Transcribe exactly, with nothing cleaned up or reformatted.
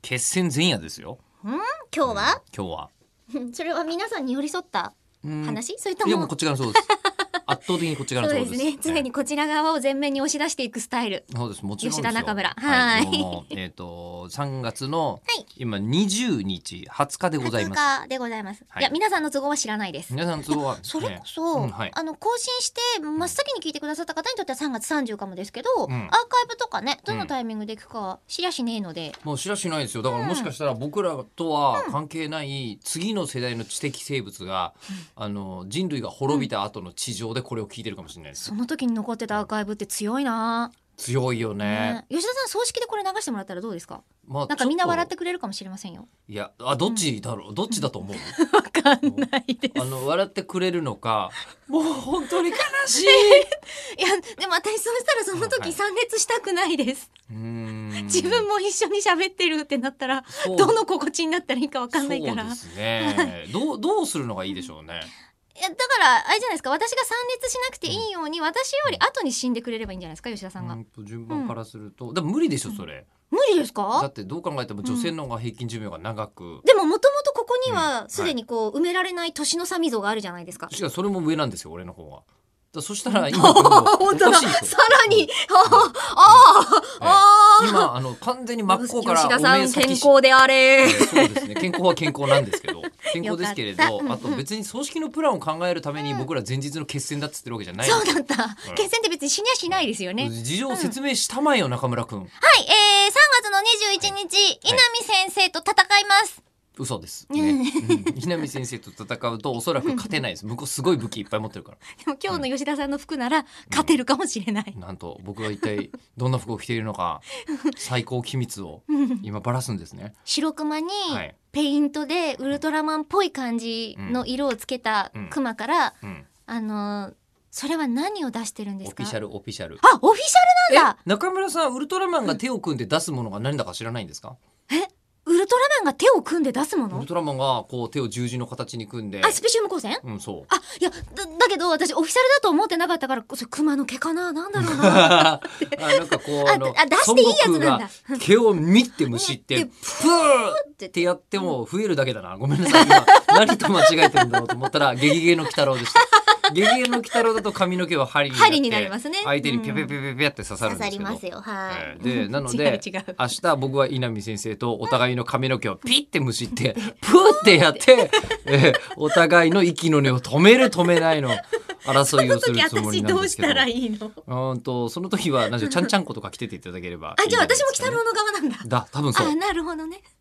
決戦前夜ですよ。 ん今日は、 うん、今日はそれは皆さんに寄り添った話、それともいやもうこっち側のそうです圧倒的にこっち側のそうです。 そうですね、常にこちら側を前面に押し出していくスタイル。 そうです、もちろんですよ。 吉田中村、 はい、 はい、 もうえっ、ー、とさんがつの、 はい、 今にじゅうにちはつかでございます。 はつかでございます、はい、いや皆さんの都合は知らないです。 皆さんの都合はそれこそ、 ねうんはい、 あの更新して真っ先に聞いてくださった方にとってはさんがつさんじゅうかもですけど、うん、アーカイブとかね、どのタイミングで聞くかは知りゃしねえので、 うん、もう知らしないですよ。だからもしかしたら僕らとは関係ない次の世代の知的生物が、うん、あの人類が滅びた後の地上でこれを聞いてるかもしれないです。 その時に残ってたアーカイブって強いな。 強いよ ね, ね。吉田さん葬式でこれ流してもらったらどうですか。 まあ、 なんかみんな笑ってくれるかもしれませんよ。 いやあどっちだろう、うん、どっちだと思うわかんないです。 あの笑ってくれるのかもう本当に悲しいいやでも私そうしたらその時参列したくないです。うーん自分も一緒に喋ってるってなったらどの心地になったらいいかわかんないから。 そうですねどう、どうするのがいいでしょうね。 いやだからあれじゃないですか、私が参列しなくていいように、うん、私より後に死んでくれればいいんじゃないですか、吉田さんが。 うんと順番からすると、うん、でも無理でしょそれ、 うん、無理ですか。 だってどう考えても女性の方が平均寿命が長く、うん、 でももともとここにはすでにこう、うんはい、埋められない年の差溝があるじゃないですか。 しかもそれも上なんですよ俺の方が。だそしたら今おかしいとさらに、うん、ああああ今あの完全に真っ向から吉田さん健康であれ、 えー、そうですね健康は健康なんですけど健康ですけれど、あと別に葬式のプランを考えるために僕ら前日の決戦だっつってるわけじゃない、 うん、そうだった、うん、決戦って別に死にゃしないですよね。 事情を説明したまえよ、うん、中村くん。はい、 えー、さんがつのにじゅういちにち、はい、稲見先生と戦います。 嘘です、ねうん、稲見先生と戦うとおそらく勝てないです。向こうすごい武器いっぱい持ってるから。 でも今日の吉田さんの服なら勝てるかもしれない、 うん、なんと僕が一体どんな服を着ているのか最高機密を今バラすんですね。 白熊にペイントでウルトラマンっぽい感じの色をつけたクマから、うんうん、あのーそれは何を出してるんですか。 オフィシャルオフィシャル。 あ、オフィシャルなんだ。 中村さんウルトラマンが手を組んで出すものが何だか知らないんですか。 えウルトラマンが手を組んで出すもの。 ウルトラマンがこう手を十字の形に組んで、 あ、スペシウム光線。 うん、そう。 あ、いや だ, だけど私オフィシャルだと思ってなかったから、それ熊の毛かな、なんだろうなあなんかこうあのあ出していいやつなんだ。 毛をミッてむしってプーってやっても増えるだけだな。ごめんなさい今何と間違えてるんだろうと思ったらゲゲゲの鬼太郎でした。ゲゲゲの鬼太郎だと髪の毛は針になって針になりますね。 相手にピャピャピャピャピャって刺さるんですけど、 刺さりますよ、はい、 えー、でなので違う違う明日僕は稲見先生とお互いの髪の毛をピッてむしってプーってやって、えー、お互いの息の根を止める止めないの争いをするつもりなんですけど、 その時私どうしたらいいの。 うんとその時はなんでちゃんちゃんことか着てていただければいい。 あ、じゃあ私も鬼太郎の側なんだ。 だ多分そう。 あ、なるほどね。